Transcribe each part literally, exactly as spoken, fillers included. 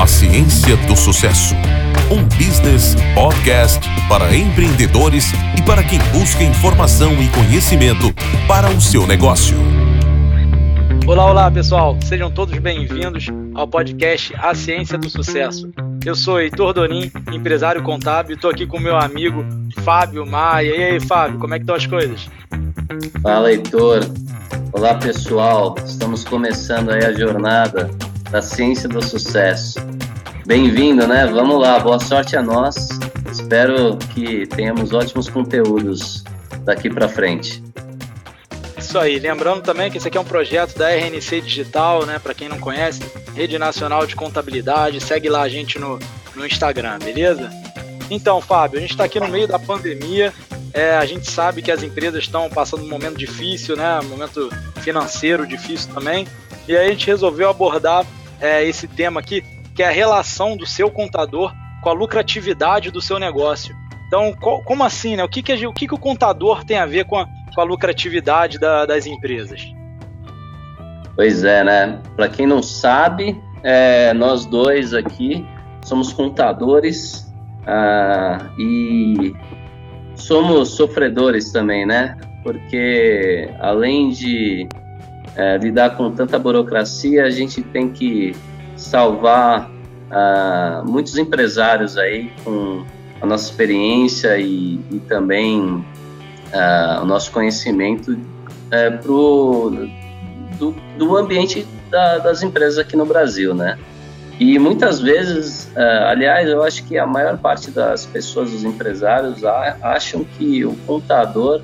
A Ciência do Sucesso, um business podcast para empreendedores e para quem busca informação e conhecimento para o seu negócio. Olá, olá pessoal, sejam todos bem-vindos ao podcast A Ciência do Sucesso. Eu sou Heitor Donin, empresário contábil, e estou aqui com meu amigo Fábio Maia. E aí, Fábio, como é que estão as coisas? Fala, Heitor. Olá, pessoal. Estamos começando aí a jornada da Ciência do Sucesso. Bem-vindo, né? Vamos lá, boa sorte a nós. Espero que tenhamos ótimos conteúdos daqui para frente. Isso aí, lembrando também que esse aqui é um projeto da R N C Digital, né? Para quem não conhece, Rede Nacional de Contabilidade, segue lá a gente no, no Instagram, beleza? Então, Fábio, a gente está aqui no meio da pandemia, é, a gente sabe que as empresas estão passando um momento difícil, né? Um momento financeiro difícil também, e aí a gente resolveu abordar é, esse tema aqui, que é a relação do seu contador com a lucratividade do seu negócio. Então, co- como assim, né? O que, que, a, o, que, que o contador tem a ver com a com a lucratividade da, das empresas? Pois é, né? Para quem não sabe, é, nós dois aqui somos contadores ah, e somos sofredores também, né? Porque além de é, lidar com tanta burocracia, a gente tem que salvar ah, muitos empresários aí com a nossa experiência e, e também Uh, o nosso conhecimento uh, pro, do, do ambiente da, das empresas aqui no Brasil, né? E muitas vezes, uh, aliás, eu acho que a maior parte das pessoas, os empresários, a, acham que o contador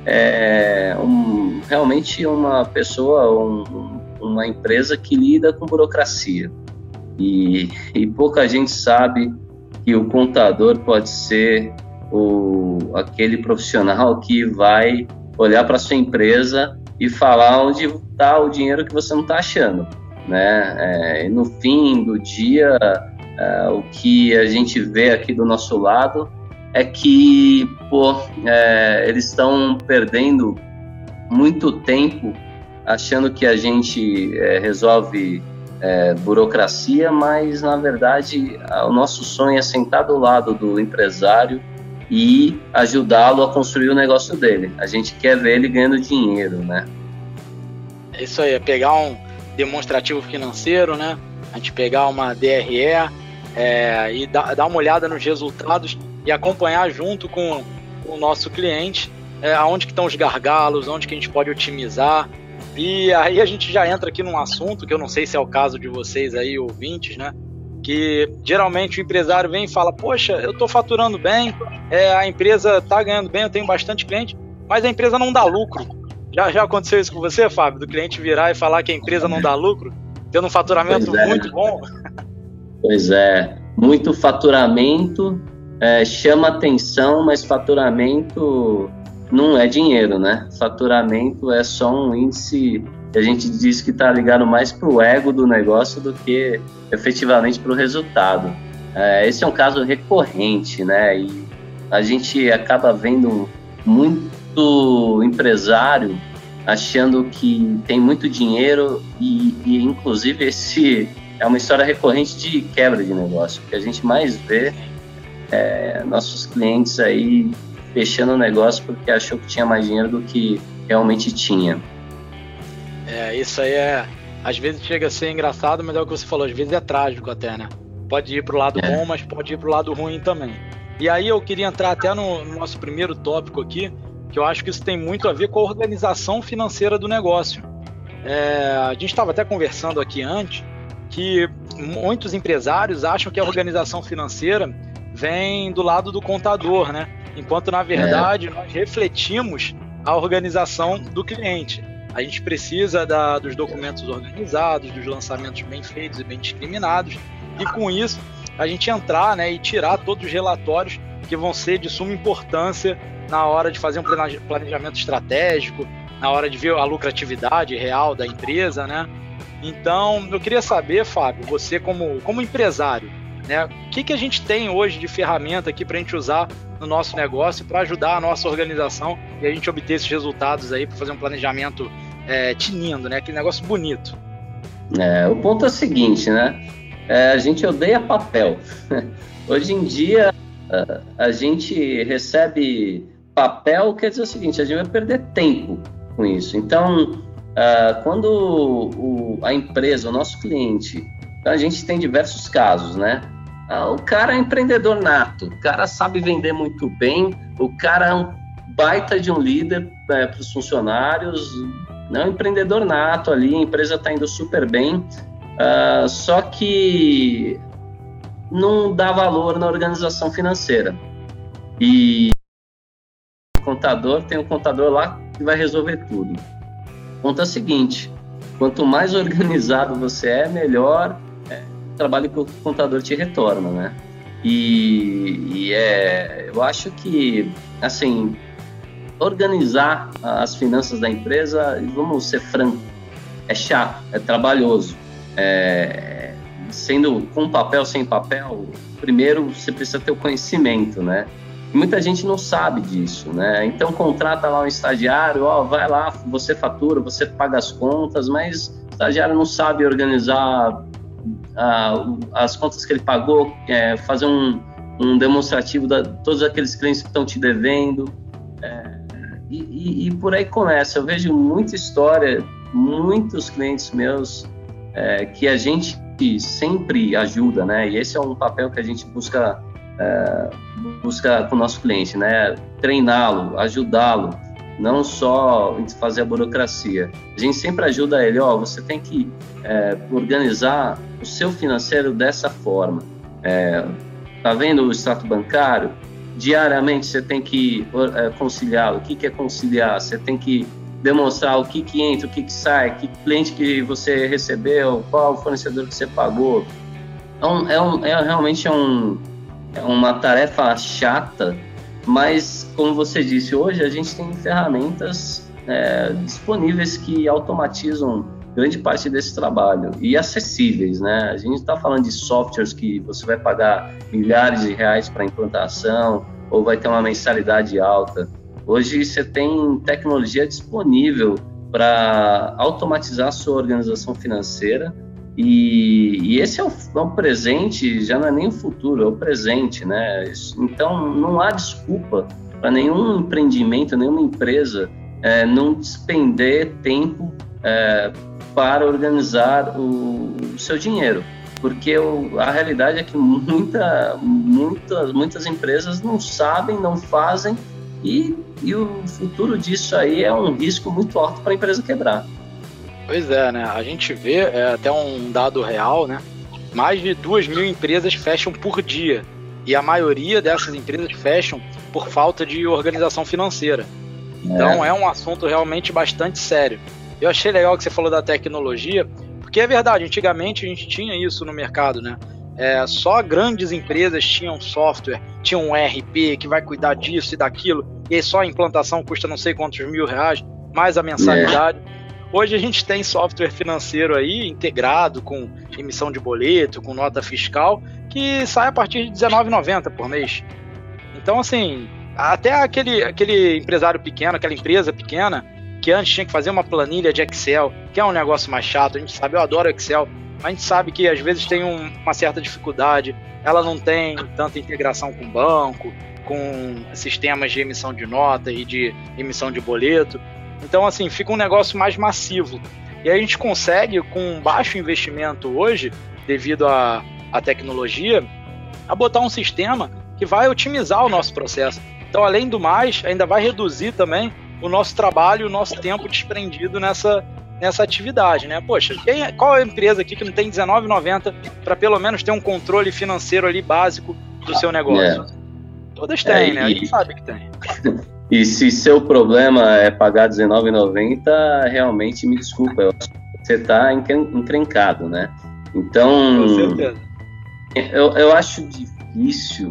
é um, realmente uma pessoa, um, uma empresa que lida com burocracia. E, e pouca gente sabe que o contador pode ser o, aquele profissional que vai olhar para sua empresa e falar onde está o dinheiro que você não está achando, né? É, e no fim do dia, é, o que a gente vê aqui do nosso lado é que pô, é, eles estão perdendo muito tempo achando que a gente é, resolve é, burocracia, mas na verdade o nosso sonho é sentar do lado do empresário e ajudá-lo a construir o negócio dele. A gente quer ver ele ganhando dinheiro, né? É isso aí, é pegar um demonstrativo financeiro, né? A gente pegar uma D R E é, e dar, dar uma olhada nos resultados e acompanhar junto com, com o nosso cliente é, aonde que estão os gargalos, onde que a gente pode otimizar. E aí a gente já entra aqui num assunto que eu não sei se é o caso de vocês aí, ouvintes, né? Que geralmente o empresário vem e fala, poxa, eu estou faturando bem, é, a empresa está ganhando bem, eu tenho bastante cliente, mas a empresa não dá lucro. Já, já aconteceu isso com você, Fábio? Do cliente virar e falar que a empresa não dá lucro, tendo um faturamento é. muito bom? Pois é, muito faturamento, é, chama atenção, mas faturamento não é dinheiro, né? Faturamento é só um índice que a gente diz que está ligado mais para o ego do negócio do que efetivamente para o resultado. É, esse é um caso recorrente, né? E a gente acaba vendo muito empresário achando que tem muito dinheiro e, e inclusive, esse é uma história recorrente de quebra de negócio. O que a gente mais vê é nossos clientes aí fechando o negócio porque achou que tinha mais dinheiro do que realmente tinha. É, isso aí é, às vezes chega a ser engraçado, mas é o que você falou, às vezes é trágico até, né? Pode ir pro lado é. bom, mas pode ir pro lado ruim também. E aí eu queria entrar até no, no nosso primeiro tópico aqui, que eu acho que isso tem muito a ver com a organização financeira do negócio. É, a gente estava até conversando aqui antes, que muitos empresários acham que a organização financeira vem do lado do contador, né? Enquanto, na verdade, é. nós refletimos a organização do cliente. A gente precisa da, dos documentos organizados, dos lançamentos bem feitos e bem discriminados, e com isso a gente entrar, né, e tirar todos os relatórios que vão ser de suma importância na hora de fazer um planejamento estratégico, na hora de ver a lucratividade real da empresa, né? Então, eu queria saber, Fábio, você como, como empresário, né, o que, que a gente tem hoje de ferramenta aqui para a gente usar no nosso negócio para ajudar a nossa organização e a gente obter esses resultados aí para fazer um planejamento é, tinindo, né? Aquele negócio bonito. É, o ponto é o seguinte, né? é, a gente odeia papel. Hoje em dia, a, a gente recebe papel, quer dizer o seguinte, a gente vai perder tempo com isso. Então, uh, quando o, a empresa, o nosso cliente, então a gente tem diversos casos, né? Uh, o cara é empreendedor nato, o cara sabe vender muito bem, o cara é um baita de um líder é, para os funcionários, é um empreendedor nato ali, a empresa está indo super bem, uh, só que não dá valor na organização financeira. E o contador tem um contador lá que vai resolver tudo. Conta a seguinte, quanto mais organizado você é, melhor é o trabalho que o contador te retorna, né? E, e é, eu acho que, assim, organizar as finanças da empresa, vamos ser francos, é chato, é trabalhoso. É, sendo com papel, sem papel, primeiro você precisa ter o conhecimento, né? E muita gente não sabe disso, né? Então contrata lá um estagiário, ó, vai lá, você fatura, você paga as contas, mas o estagiário não sabe organizar ah, as contas que ele pagou, é, fazer um, um demonstrativo de todos aqueles clientes que estão te devendo, é, e, e, e por aí começa. Eu vejo muita história, muitos clientes meus é, que a gente sempre ajuda, né? E esse é um papel que a gente busca É, busca com o nosso cliente, né? Treiná-lo, ajudá-lo, não só fazer a burocracia. A gente sempre ajuda ele, ó, você tem que é, organizar o seu financeiro dessa forma. É, tá vendo o extrato bancário? Diariamente você tem que é, conciliá-lo. O que, que é conciliar? Você tem que demonstrar o que, que entra, o que, que sai, que cliente que você recebeu, qual fornecedor que você pagou. É, um, é, um, é realmente um É uma tarefa chata, mas, como você disse, hoje a gente tem ferramentas é, disponíveis que automatizam grande parte desse trabalho e acessíveis, né? A gente está falando de softwares que você vai pagar milhares de reais para implantação ou vai ter uma mensalidade alta. Hoje você tem tecnologia disponível para automatizar a sua organização financeira. E, e esse é o, é o presente, já não é nem o futuro, é o presente, né? Então, não há desculpa para nenhum empreendimento, nenhuma empresa é, não despender tempo é, para organizar o, o seu dinheiro. Porque o, a realidade é que muita, muitas, muitas empresas não sabem, não fazem, e, e o futuro disso aí é um risco muito alto para a empresa quebrar. Pois é, né? A gente vê, é até um dado real, né? Mais de duas mil empresas fecham por dia. E a maioria dessas empresas fecham por falta de organização financeira. Então é, é um assunto realmente bastante sério. Eu achei legal que você falou da tecnologia, porque é verdade, antigamente a gente tinha isso no mercado, né? É, só grandes empresas tinham software, tinham um E R P que vai cuidar disso e daquilo, e aí só a implantação custa não sei quantos mil reais, mais a mensalidade. É. Hoje a gente tem software financeiro aí integrado com emissão de boleto, com nota fiscal, que sai a partir de dezenove reais e noventa centavos por mês. Então, assim, até aquele, aquele empresário pequeno, aquela empresa pequena, que antes tinha que fazer uma planilha de Excel, que é um negócio mais chato, a gente sabe, eu adoro Excel, mas a gente sabe que às vezes tem um, uma certa dificuldade, ela não tem tanta integração com o banco, com sistemas de emissão de nota e de emissão de boleto. Então, assim, fica um negócio mais massivo. E aí a gente consegue, com baixo investimento hoje, devido à, à tecnologia, a botar um sistema que vai otimizar o nosso processo. Então, além do mais, ainda vai reduzir também o nosso trabalho, o nosso tempo desprendido nessa, nessa atividade, né? Poxa, quem, qual é a empresa aqui que não tem dezenove reais e noventa centavos para pelo menos ter um controle financeiro ali básico do seu negócio? É. Todas têm, é, né? A gente sabe que tem. E se seu problema é pagar dezenove reais e noventa centavos, realmente, me desculpa, eu acho que você está encrencado, né? Então, com certeza. Eu, eu acho difícil,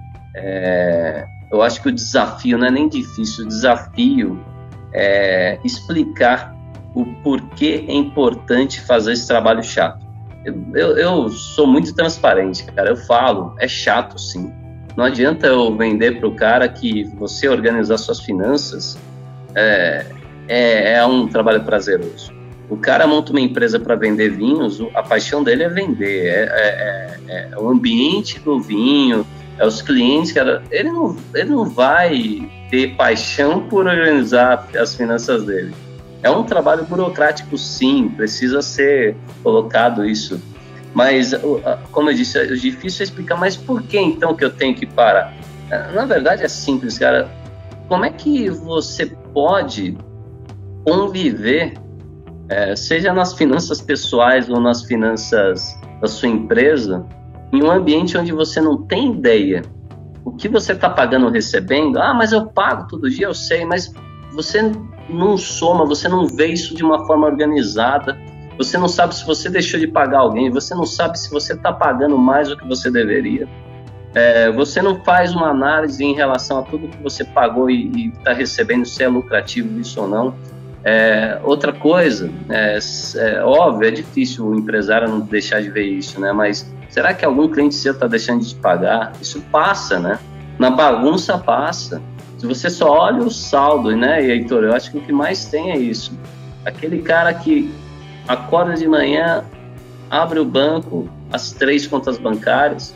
é, eu acho que o desafio, não é nem difícil, o desafio é explicar o porquê é importante fazer esse trabalho chato. Eu, eu, eu sou muito transparente, cara, eu falo, é chato sim. Não adianta eu vender para o cara que você organizar suas finanças é, é, é um trabalho prazeroso. O cara monta uma empresa para vender vinhos, a paixão dele é vender, é, é, é, é o ambiente do vinho, é os clientes, cara. Ele não, ele não vai ter paixão por organizar as finanças dele. É um trabalho burocrático, sim, precisa ser colocado isso. Mas, como eu disse, é difícil explicar, mas por que então que eu tenho que parar? Na verdade é simples, cara. Como é que você pode conviver, é, seja nas finanças pessoais ou nas finanças da sua empresa, em um ambiente onde você não tem ideia o que você está pagando ou recebendo? Ah, mas eu pago todo dia, eu sei, mas você não soma, você não vê isso de uma forma organizada, você não sabe se você deixou de pagar alguém, você não sabe se você está pagando mais do que você deveria, é, você não faz uma análise em relação a tudo que você pagou e está recebendo, se é lucrativo isso ou não. É, outra coisa, é, é óbvio, é difícil o empresário não deixar de ver isso, né? Mas será que algum cliente seu está deixando de te pagar? Isso passa, né? Na bagunça passa. Se você só olha o saldo, né, e Heitor, eu acho que o que mais tem é isso. Aquele cara que acorda de manhã, abre o banco, as três contas bancárias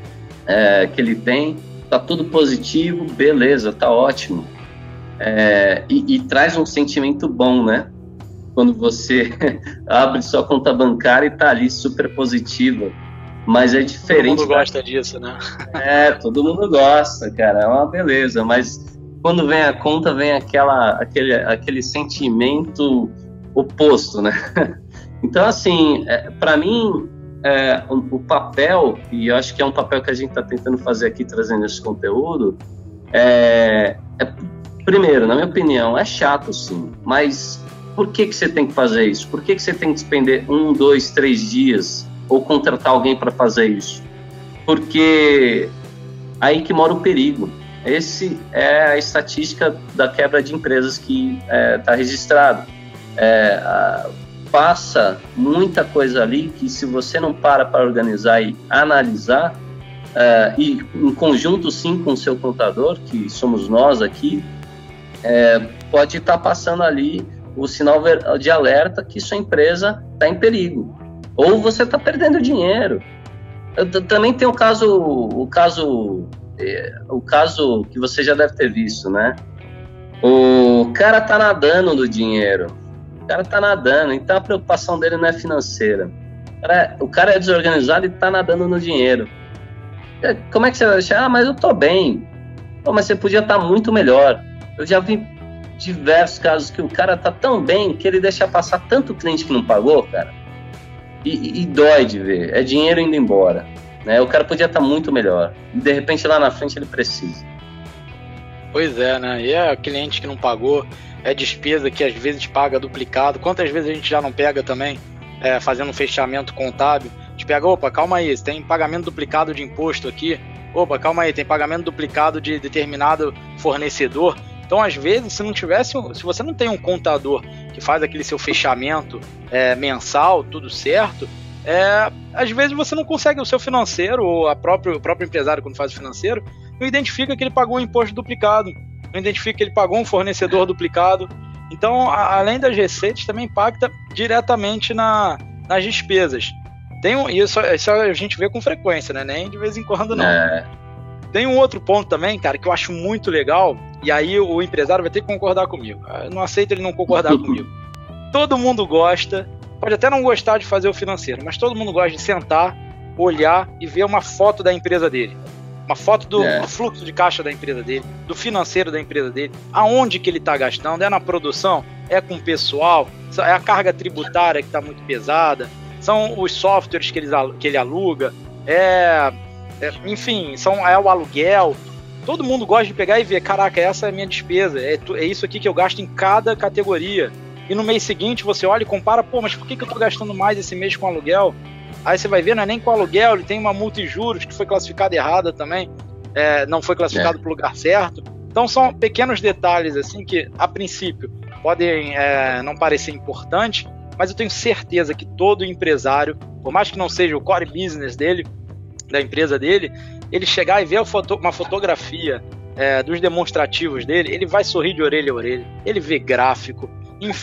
é, que ele tem, tá tudo positivo, beleza, tá ótimo. É, e, e traz um sentimento bom, né? Quando você abre sua conta bancária e tá ali super positiva. Mas é diferente. Todo mundo gosta disso, né? É, todo mundo gosta, cara, é uma beleza, mas quando vem a conta, vem aquela, aquele, aquele sentimento oposto, né? Então, assim, é, para mim, é, o, o papel, e eu acho que é um papel que a gente está tentando fazer aqui, trazendo esse conteúdo, é, é, primeiro, na minha opinião, é chato, sim, mas por que, que você tem que fazer isso? Por que, que você tem que despender um, dois, três dias ou contratar alguém para fazer isso? Porque aí que mora o perigo. Esse é a estatística da quebra de empresas que está é, registrado. É, a, passa muita coisa ali que, se você não para para organizar e analisar, é, e em conjunto sim com o seu contador, que somos nós aqui, é, pode estar tá passando ali o sinal de alerta que sua empresa está em perigo. Ou você está perdendo dinheiro. Eu, também tem o caso, o caso, o caso que você já deve ter visto, né? O cara tá nadando no dinheiro. O cara tá nadando, então a preocupação dele não é financeira. O cara, o cara é desorganizado e tá nadando no dinheiro. Como é que você vai achar? Ah, mas eu tô bem. Pô, mas você podia estar muito melhor. Eu já vi diversos casos que o cara tá tão bem que ele deixa passar tanto cliente que não pagou, cara. E, e dói de ver, é dinheiro indo embora, né? O cara podia estar muito melhor, e de repente lá na frente ele precisa. Pois é, né? E é cliente que não pagou, é despesa que às vezes paga duplicado. Quantas vezes a gente já não pega também, é, fazendo um fechamento contábil, a gente pega, opa, calma aí, tem pagamento duplicado de imposto aqui, opa, calma aí, tem pagamento duplicado de determinado fornecedor. Então, às vezes, se não tivesse, se você não tem um contador que faz aquele seu fechamento é, mensal, tudo certo, é, às vezes você não consegue o seu financeiro, ou a próprio, o próprio empresário, quando faz o financeiro, não identifica que ele pagou um imposto duplicado, não identifica que ele pagou um fornecedor duplicado. Então, a, além das receitas, também impacta diretamente na, nas despesas. Tem um, isso, isso a gente vê com frequência, né? Nem de vez em quando, não. É. Tem um outro ponto também, cara, que eu acho muito legal, e aí o empresário vai ter que concordar comigo. Eu não aceito ele não concordar comigo. Todo mundo gosta, pode até não gostar de fazer o financeiro, mas todo mundo gosta de sentar, olhar e ver uma foto da empresa dele. Uma foto do, é. do fluxo de caixa da empresa dele, do financeiro da empresa dele, aonde que ele está gastando, é na produção, é com o pessoal, é a carga tributária que está muito pesada, são os softwares que ele, que ele aluga, é... É, enfim, são, é o aluguel. Todo mundo gosta de pegar e ver, caraca, essa é a minha despesa, é, é isso aqui que eu gasto em cada categoria. E no mês seguinte você olha e compara, pô, mas por que, que eu tô gastando mais esse mês com aluguel? Aí você vai ver, não é nem com aluguel, ele tem uma multa e juros que foi classificada errada também, é, não foi classificado é. para o lugar certo. Então são pequenos detalhes assim que, a princípio, podem é, não parecer importantes, mas eu tenho certeza que todo empresário, por mais que não seja o core business dele, da empresa dele, ele chegar e ver uma fotografia é, dos demonstrativos dele, ele vai sorrir de orelha a orelha, ele vê gráfico, enfim,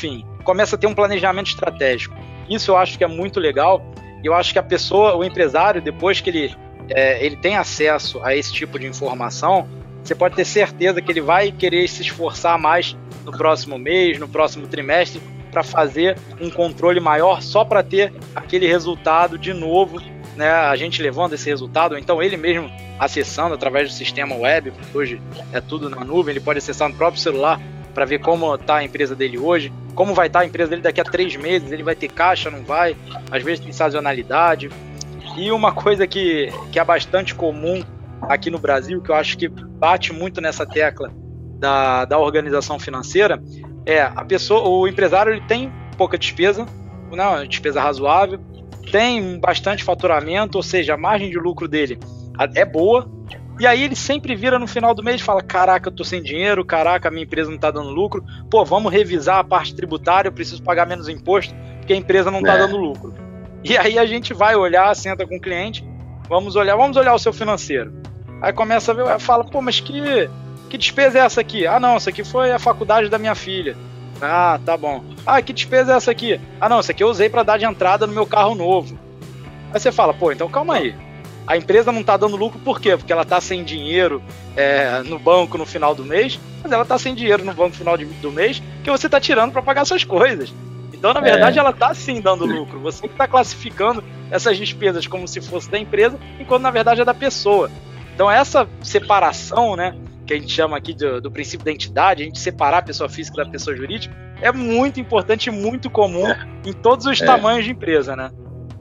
começa a ter um planejamento estratégico. Isso eu acho que é muito legal, e eu acho que a pessoa, o empresário, depois que ele, é, ele tem acesso a esse tipo de informação, você pode ter certeza que ele vai querer se esforçar mais no próximo mês, no próximo trimestre, para fazer um controle maior, só para ter aquele resultado de novo, né, a gente levando esse resultado, ou então ele mesmo acessando através do sistema web, porque hoje é tudo na nuvem, ele pode acessar no próprio celular para ver como está a empresa dele hoje, como vai estar a empresa dele daqui a três meses, ele vai ter caixa, não vai, às vezes tem sazonalidade. E uma coisa que, que é bastante comum aqui no Brasil, que eu acho que bate muito nessa tecla da, da organização financeira, é a pessoa, o empresário ele tem pouca despesa, não, despesa razoável, tem bastante faturamento, ou seja, a margem de lucro dele é boa, e aí ele sempre vira no final do mês e fala, caraca, eu tô sem dinheiro, caraca, a minha empresa não tá dando lucro, pô, vamos revisar a parte tributária, eu preciso pagar menos imposto, porque a empresa não tá é. dando lucro. E aí a gente vai olhar, senta com o cliente, vamos olhar, vamos olhar o seu financeiro. Aí começa a ver, fala, pô, mas que, que despesa é essa aqui? Ah, não, essa aqui foi a faculdade da minha filha. Ah, tá bom. Ah, que despesa é essa aqui? Ah, não, essa aqui eu usei para dar de entrada no meu carro novo. Aí você fala, pô, então calma aí. A empresa não tá dando lucro por quê? Porque ela tá sem dinheiro é, no banco no final do mês, mas ela tá sem dinheiro no banco no final de, do mês que você tá tirando para pagar suas coisas. Então, na verdade, é. ela tá sim dando lucro. Você que tá classificando essas despesas como se fosse da empresa, enquanto na verdade é da pessoa. Então, essa separação, né, que a gente chama aqui do, do princípio da entidade, a gente separar a pessoa física da pessoa jurídica, é muito importante e muito comum é. em todos os é. tamanhos de empresa, né?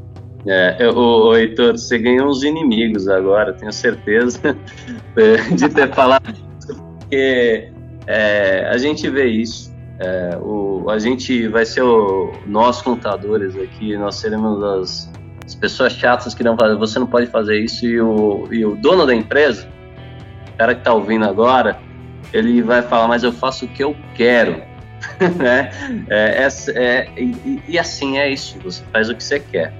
É, o Heitor, você ganhou uns inimigos agora, tenho certeza de ter falado isso, porque é, a gente vê isso, é, o, a gente vai ser o, nós contadores aqui, nós seremos as, as pessoas chatas que não fazem, você não pode fazer isso, e o, e o dono da empresa, o cara que está ouvindo agora, ele vai falar, mas eu faço o que eu quero, né? É, é, é, e, e assim é isso, você faz o que você quer.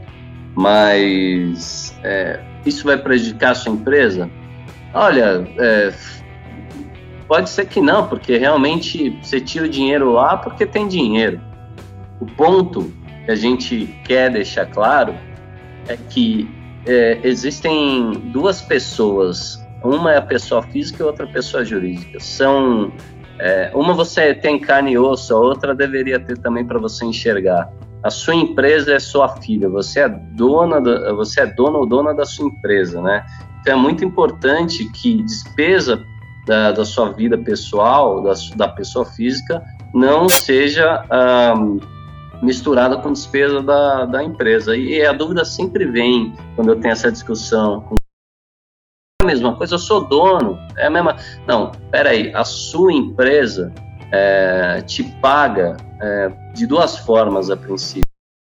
Mas é, isso vai prejudicar a sua empresa? Olha, é, pode ser que não, porque realmente você tira o dinheiro lá porque tem dinheiro. O ponto que a gente quer deixar claro é que é, existem duas pessoas, uma é a pessoa física e outra a pessoa jurídica. São, é, uma você tem carne e osso, a outra deveria ter também para você enxergar. A sua empresa é sua filha, você é dona, da, você é dona ou dona da sua empresa, né? Então é muito importante que despesa da, da sua vida pessoal, da, da pessoa física, não seja um, misturada com despesa da, da empresa. E a dúvida sempre vem quando eu tenho essa discussão. É a mesma coisa, eu sou dono, é a mesma... Não, peraí, a sua empresa é, te paga... É, de duas formas a princípio,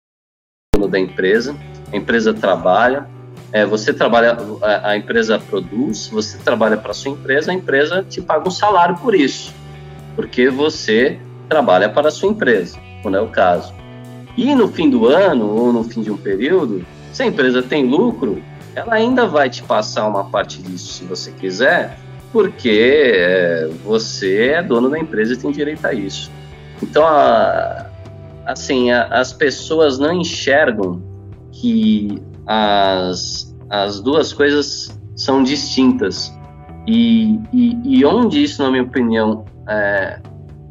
da empresa, a empresa trabalha, é, você trabalha, a, a empresa produz, você trabalha para a sua empresa, a empresa te paga um salário por isso, porque você trabalha para a sua empresa, quando é o caso. E no fim do ano, ou no fim de um período, se a empresa tem lucro, ela ainda vai te passar uma parte disso, se você quiser, porque é, você é dono da empresa e tem direito a isso. Então, a, assim, a, as pessoas não enxergam que as, as duas coisas são distintas. E, e, e onde isso, na minha opinião, é,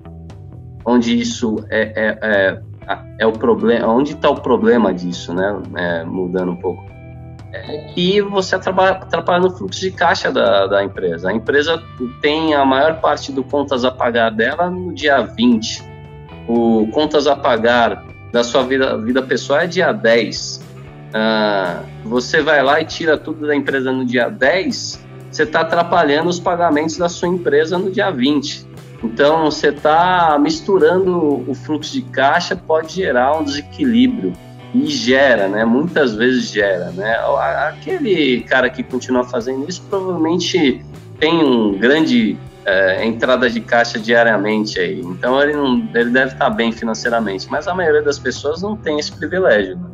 onde isso é, é, é, é o problema, onde está o problema disso, né? É, mudando um pouco, é que você atrapalha, atrapalha no fluxo de caixa da, da empresa. A empresa tem a maior parte do contas a pagar dela no dia vinte. O contas a pagar da sua vida, vida pessoal é dia dez. Ah, você vai lá e tira tudo da empresa no dia dez, você está atrapalhando os pagamentos da sua empresa no dia vinte. Então, você está misturando o fluxo de caixa, pode gerar um desequilíbrio. E gera, né? Muitas vezes gera, né? Aquele cara que continua fazendo isso provavelmente tem um grande... É, entrada de caixa diariamente aí, então ele, não, ele deve estar bem financeiramente, mas a maioria das pessoas não tem esse privilégio, né?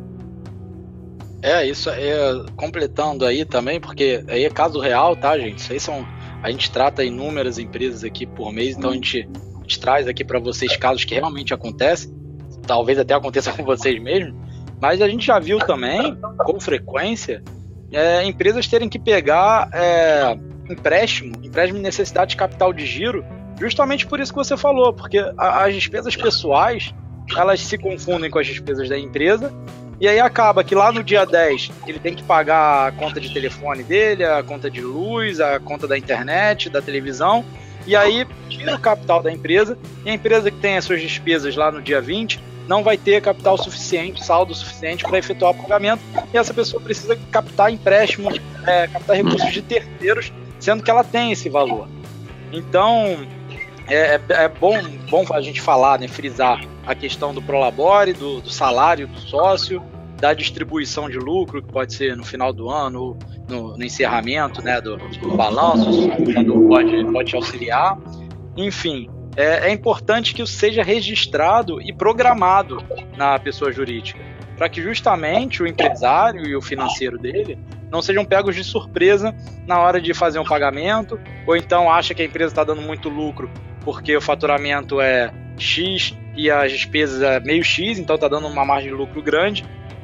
É, isso é, completando aí também, porque aí é caso real, tá, gente? Isso aí são, a gente trata inúmeras empresas aqui por mês, então a gente, a gente traz aqui para vocês casos que realmente acontecem, talvez até aconteça com vocês mesmo, mas a gente já viu também, com frequência, é, empresas terem que pegar é, empréstimo, empréstimo de necessidade de capital de giro, justamente por isso que você falou, porque a, as despesas pessoais, elas se confundem com as despesas da empresa, e aí acaba que lá no dia dez ele tem que pagar a conta de telefone dele, a conta de luz, a conta da internet, da televisão, e aí tira o capital da empresa, e a empresa que tem as suas despesas lá no dia vinte não vai ter capital suficiente, saldo suficiente para efetuar o pagamento, e essa pessoa precisa captar empréstimos, é, captar recursos de terceiros, sendo que ela tem esse valor. Então, é, é bom, bom a gente falar, né, frisar a questão do prolabore, do, do salário do sócio, da distribuição de lucro, que pode ser no final do ano, no, no encerramento, né, do, do balanço, quando pode, pode te auxiliar. Enfim, é, é importante que isso seja registrado e programado na pessoa jurídica, para que justamente o empresário e o financeiro dele não sejam pegos de surpresa na hora de fazer um pagamento, ou então acha que a empresa está dando muito lucro porque o faturamento é X e as despesas é meio X, então está dando uma margem de lucro grande,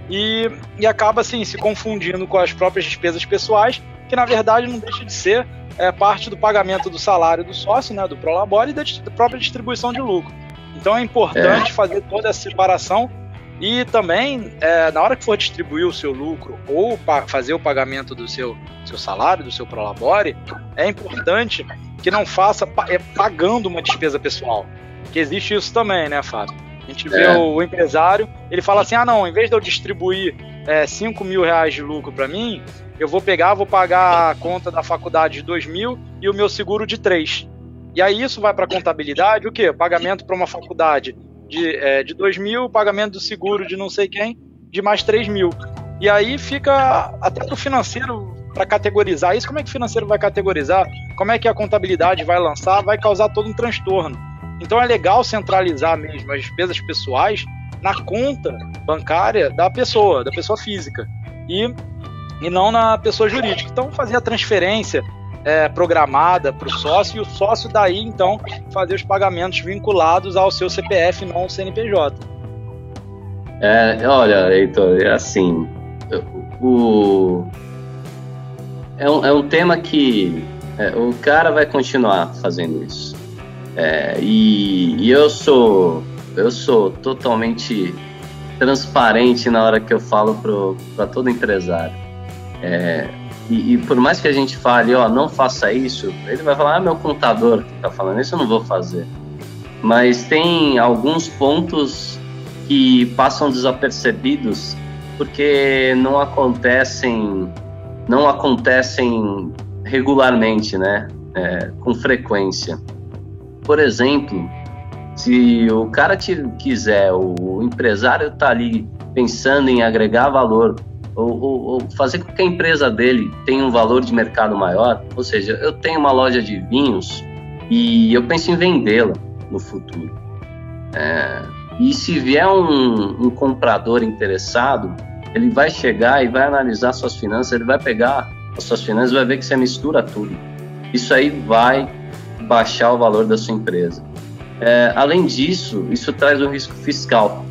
e, e acaba assim, se confundindo com as próprias despesas pessoais, que na verdade não deixa de ser é, parte do pagamento do salário do sócio, né, do prolabore, e da, da própria distribuição de lucro. Então é importante é. fazer toda essa separação. E também, é, na hora que for distribuir o seu lucro ou pa- fazer o pagamento do seu, seu salário, do seu prolabore, é importante que não faça pa- é, pagando uma despesa pessoal. Que existe isso também, né, Fábio? A gente vê é. o, o empresário, ele fala assim, ah não, em vez de eu distribuir é, cinco mil reais de lucro para mim, eu vou pegar, vou pagar a conta da faculdade de dois mil e o meu seguro de três. E aí isso vai para a contabilidade, o quê? Pagamento para uma faculdade de, é, de dois mil, pagamento do seguro de não sei quem, de mais três mil. E aí fica até para o financeiro, para categorizar isso, como é que o financeiro vai categorizar? Como é que a contabilidade vai lançar? Vai causar todo um transtorno. Então é legal centralizar mesmo as despesas pessoais na conta bancária da pessoa, da pessoa física, e, e não na pessoa jurídica. Então fazer a transferência É, programada para o sócio, e o sócio daí então fazer os pagamentos vinculados ao seu C P F, não ao C N P J. É, olha, Heitor, é assim, o, é, um, é um tema que é, o cara vai continuar fazendo isso. É, e, e eu sou eu sou totalmente transparente na hora que eu falo para todo empresário. É, E, e por mais que a gente fale, ó, não faça isso, ele vai falar, ah, meu contador que tá falando isso, eu não vou fazer. Mas tem alguns pontos que passam desapercebidos porque não acontecem, não acontecem regularmente, né? É, com frequência. Por exemplo, se o cara te quiser, o empresário tá ali pensando em agregar valor, Ou, ou, ou fazer com que a empresa dele tenha um valor de mercado maior, ou seja, eu tenho uma loja de vinhos e eu penso em vendê-la no futuro. É, e se vier um, um comprador interessado, ele vai chegar e vai analisar suas finanças, ele vai pegar as suas finanças e vai ver que você mistura tudo. Isso aí vai baixar o valor da sua empresa. É, além disso, isso traz um risco fiscal,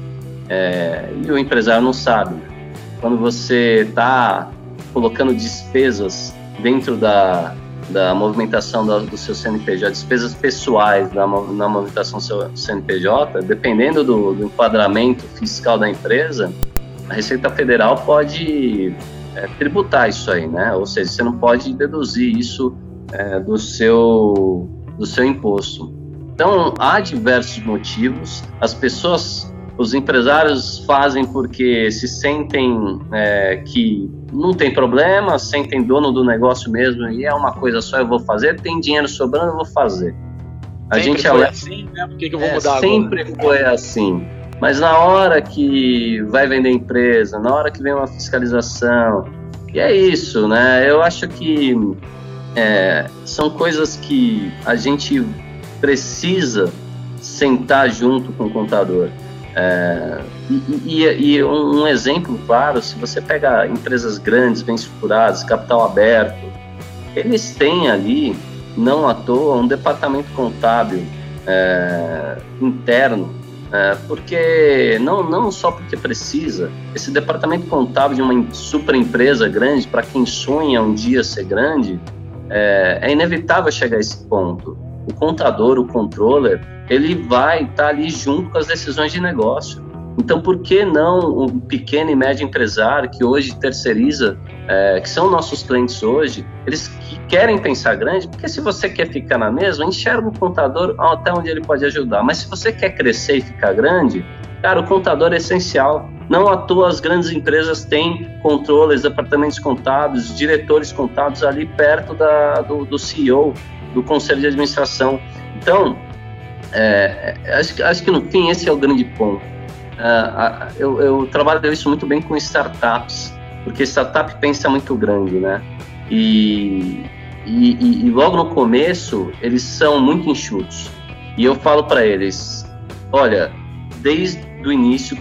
é, e o empresário não sabe. Quando você está colocando despesas dentro da, da movimentação do, do seu C N P J, despesas pessoais na, na movimentação do seu C N P J, dependendo do, do enquadramento fiscal da empresa, a Receita Federal pode é, tributar isso aí, né? Ou seja, você não pode deduzir isso é, do, seu, do seu imposto. Então, há diversos motivos. As pessoas... Os empresários fazem porque se sentem é, que não tem problema, sentem dono do negócio mesmo e é uma coisa só, eu vou fazer, tem dinheiro sobrando, eu vou fazer. A sempre gente foi é, assim, né? Por que, que eu vou é, mudar sempre agora? foi assim. Mas na hora que vai vender empresa, na hora que vem uma fiscalização, e é isso, né? Eu acho que é, são coisas que a gente precisa sentar junto com o contador. É, e, e, e um exemplo claro, se você pega empresas grandes, bem estruturadas, capital aberto, eles têm ali, não à toa, um departamento contábil é, interno É, porque não, não só porque precisa, esse departamento contábil de uma super empresa grande, para quem sonha um dia ser grande, é, é inevitável chegar a esse ponto. O contador, o controller, ele vai estar ali junto com as decisões de negócio. Então, por que não o pequeno e médio empresário que hoje terceiriza, é, que são nossos clientes hoje, eles que querem pensar grande? Porque se você quer ficar na mesma, enxerga o contador até onde ele pode ajudar. Mas se você quer crescer e ficar grande, cara, o contador é essencial. Não à toa as grandes empresas têm controles, departamentos contábeis, diretores contábeis ali perto da, do, do C E O, do conselho de administração. Então, é, acho, acho que no fim esse é o grande ponto. Uh, eu, eu trabalho isso muito bem com startups, porque startup pensa muito grande, né? E, e, e logo no começo eles são muito enxutos. E eu falo para eles: olha, desde o início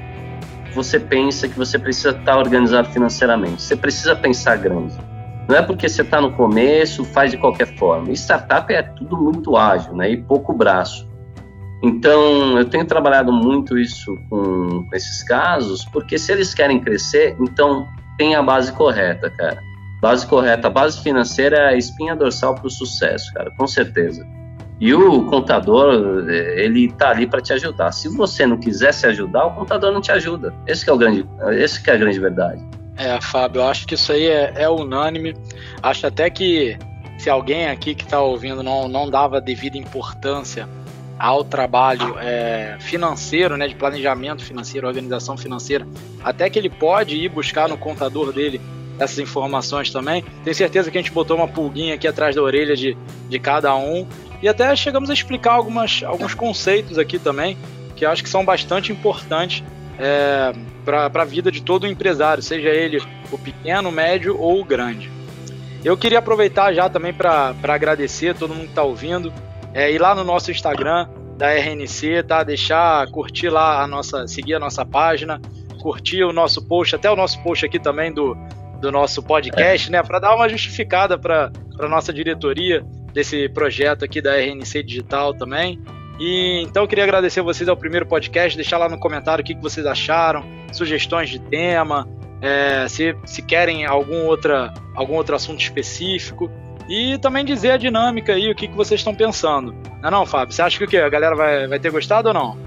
você pensa que você precisa estar organizado financeiramente, você precisa pensar grande. Não é porque você está no começo, faz de qualquer forma. E startup é tudo muito ágil, né? E pouco braço. Então, eu tenho trabalhado muito isso com, com esses casos, porque se eles querem crescer, então tem a base correta, cara. Base correta, a base financeira é a espinha dorsal para o sucesso, cara, com certeza. E o contador, ele tá ali para te ajudar. Se você não quiser se ajudar, o contador não te ajuda. Esse que é o grande, esse que é a grande verdade. É, Fábio, eu acho que isso aí é, é unânime. Acho até que se alguém aqui que está ouvindo não, não dava devida importância ao trabalho é, financeiro, né, de planejamento financeiro, organização financeira, até que ele pode ir buscar no contador dele essas informações também. Tenho certeza que a gente botou uma pulguinha aqui atrás da orelha de, de cada um, e até chegamos a explicar algumas, alguns conceitos aqui também, que eu acho que são bastante importantes é, para a vida de todo empresário, seja ele o pequeno, o médio ou o grande. Eu queria aproveitar já também para agradecer a todo mundo que está ouvindo, É, ir lá no nosso Instagram da R N C, tá? Deixar, curtir lá a nossa, seguir a nossa página, curtir o nosso post, até o nosso post aqui também do, do nosso podcast, é. né? Para dar uma justificada para a nossa diretoria desse projeto aqui da R N C Digital também. E então eu queria agradecer a vocês ao primeiro podcast, deixar lá no comentário o que, que vocês acharam, sugestões de tema, é, se, se querem algum, outra, algum outro assunto específico. E também dizer a dinâmica aí, o que, que vocês estão pensando. Não é não, Fábio? Você acha que o quê? A galera vai, vai ter gostado ou não?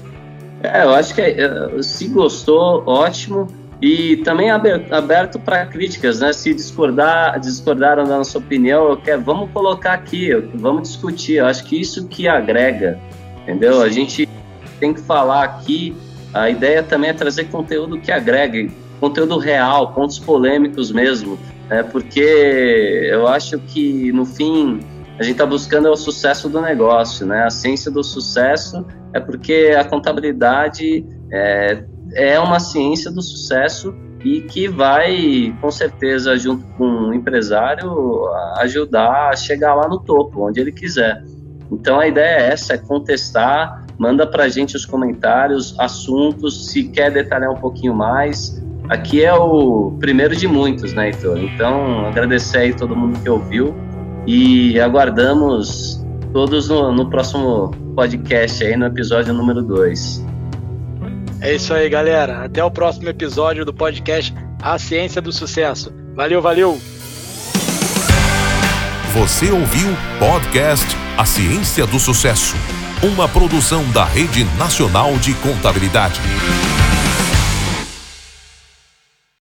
É, eu acho que se gostou, ótimo. E também aberto para críticas, né? Se discordar, discordaram da nossa opinião, eu quero, vamos colocar aqui, vamos discutir. Eu acho que isso que agrega, entendeu? Sim. A gente tem que falar aqui. A ideia também é trazer conteúdo que agregue, conteúdo real, pontos polêmicos mesmo. É porque eu acho que, no fim, a gente está buscando o sucesso do negócio, né? A ciência do sucesso é porque a contabilidade é, é uma ciência do sucesso e que vai, com certeza, junto com o empresário, ajudar a chegar lá no topo, onde ele quiser. Então, a ideia é essa, é contestar, manda para a gente os comentários, assuntos, se quer detalhar um pouquinho mais. Aqui é o primeiro de muitos, né, Heitor? Então, agradecer aí todo mundo que ouviu e aguardamos todos no, no próximo podcast aí, no episódio número dois. É isso aí, galera. Até o próximo episódio do podcast A Ciência do Sucesso. Valeu, valeu! Você ouviu o podcast A Ciência do Sucesso, uma produção da Rede Nacional de Contabilidade.